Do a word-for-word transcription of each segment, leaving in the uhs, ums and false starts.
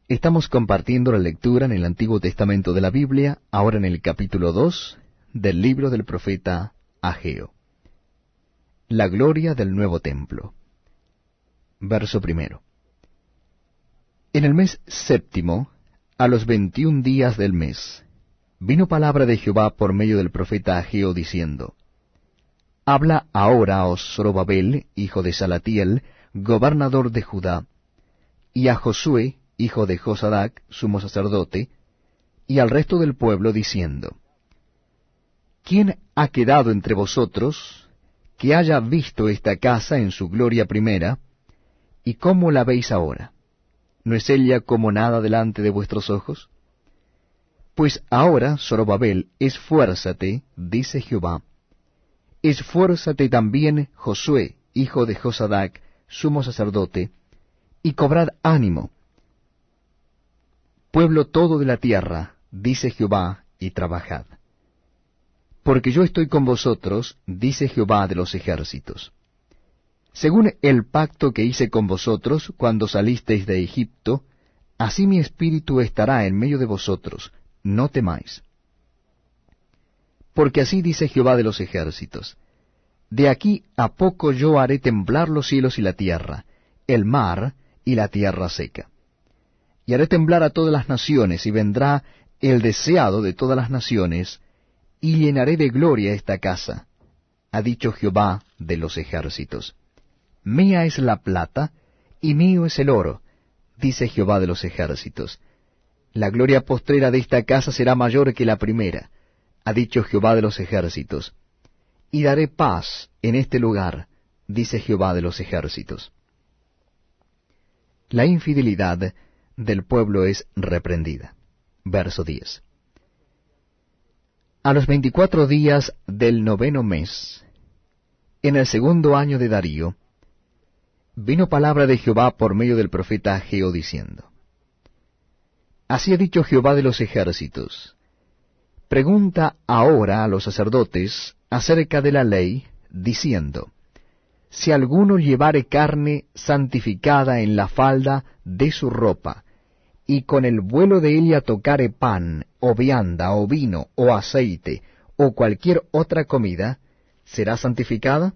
Estamos compartiendo la lectura en el Antiguo Testamento de la Biblia, ahora en el capítulo dos del libro del profeta Ageo. La gloria del nuevo templo. Verso primero. En el mes séptimo, a los veintiún días del mes, vino palabra de Jehová por medio del profeta Ageo, diciendo: Habla ahora a Zorobabel, hijo de Salatiel, gobernador de Judá, y a Josué, hijo de Josadac, sumo sacerdote, y al resto del pueblo, diciendo: ¿Quién ha quedado entre vosotros que haya visto esta casa en su gloria primera, y cómo la veis ahora? ¿No es ella como nada delante de vuestros ojos? Pues ahora, Zorobabel, esfuérzate, dice Jehová, esfuérzate también Josué, hijo de Josadac, sumo sacerdote, y cobrad ánimo, pueblo todo de la tierra, dice Jehová, y trabajad. Porque yo estoy con vosotros, dice Jehová de los ejércitos. Según el pacto que hice con vosotros cuando salisteis de Egipto, así mi espíritu estará en medio de vosotros, no temáis. Porque así dice Jehová de los ejércitos: de aquí a poco yo haré temblar los cielos y la tierra, el mar y la tierra seca. Y haré temblar a todas las naciones, y vendrá el deseado de todas las naciones, y llenaré de gloria esta casa, ha dicho Jehová de los ejércitos. Mía es la plata, y mío es el oro, dice Jehová de los ejércitos. La gloria postrera de esta casa será mayor que la primera, ha dicho Jehová de los ejércitos. Y daré paz en este lugar, dice Jehová de los ejércitos. La infidelidad del pueblo es reprendida. Verso diez. A los veinticuatro días del noveno mes, en el segundo año de Darío, vino palabra de Jehová por medio del profeta Ageo, diciendo: Así ha dicho Jehová de los ejércitos: Pregunta ahora a los sacerdotes acerca de la ley, diciendo: Si alguno llevare carne santificada en la falda de su ropa, y con el vuelo de ella tocare pan, o vianda, o vino, o aceite, o cualquier otra comida, ¿será santificada?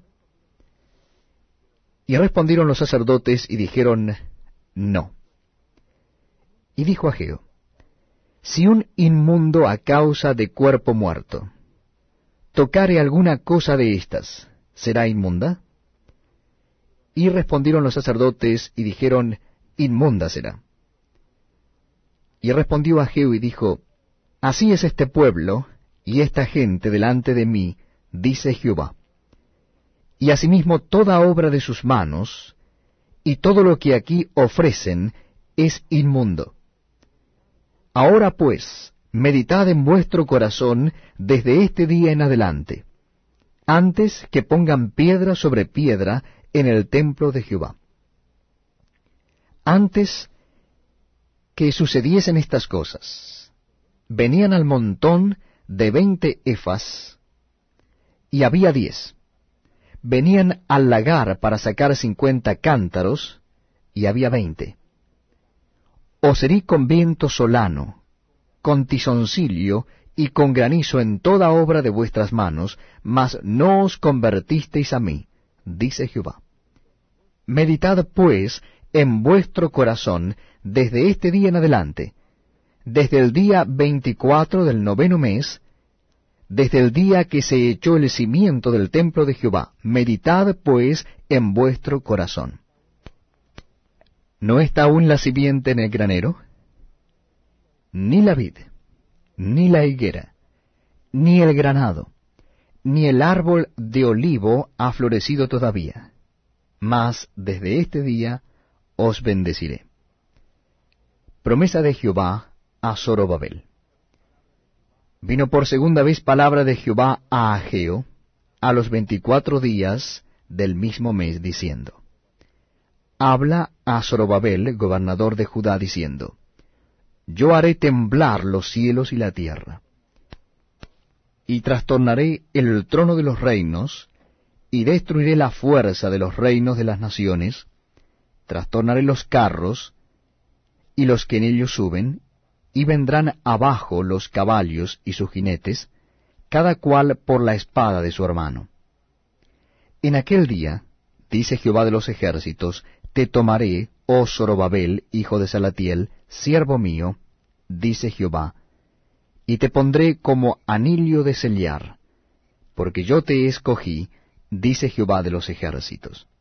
Y respondieron los sacerdotes y dijeron: No. Y dijo Ageo: Si un inmundo a causa de cuerpo muerto tocare alguna cosa de estas, ¿será inmunda? Y respondieron los sacerdotes y dijeron: Inmunda será. Y respondió Ageo y dijo: Así es este pueblo y esta gente delante de mí, dice Jehová. Y asimismo toda obra de sus manos, y todo lo que aquí ofrecen, es inmundo. Ahora pues, meditad en vuestro corazón desde este día en adelante, antes que pongan piedra sobre piedra en el templo de Jehová. Antes que sucediesen estas cosas, venían al montón de veinte efas, y había diez. Venían al lagar para sacar cincuenta cántaros, y había veinte. Os herí con viento solano, con tizoncillo y con granizo en toda obra de vuestras manos, mas no os convertisteis a mí, dice Jehová. Meditad pues en vuestro corazón desde este día en adelante, desde el día veinticuatro del noveno mes, desde el día que se echó el cimiento del templo de Jehová. Meditad pues en vuestro corazón. ¿No está aún la simiente en el granero? Ni la vid, ni la higuera, ni el granado, ni el árbol de olivo ha florecido todavía. Mas desde este día os bendeciré. Promesa de Jehová a Zorobabel. Vino por segunda vez palabra de Jehová a Ageo, a los veinticuatro días del mismo mes, diciendo: Habla a Zorobabel, gobernador de Judá, diciendo: Yo haré temblar los cielos y la tierra, y trastornaré el trono de los reinos, y destruiré la fuerza de los reinos de las naciones, trastornaré los carros, y los que en ellos suben, y vendrán abajo los caballos y sus jinetes, cada cual por la espada de su hermano. En aquel día, dice Jehová de los ejércitos, te tomaré, oh Zorobabel, hijo de Salatiel, siervo mío, dice Jehová, y te pondré como anillo de sellar, porque yo te escogí, dice Jehová de los ejércitos.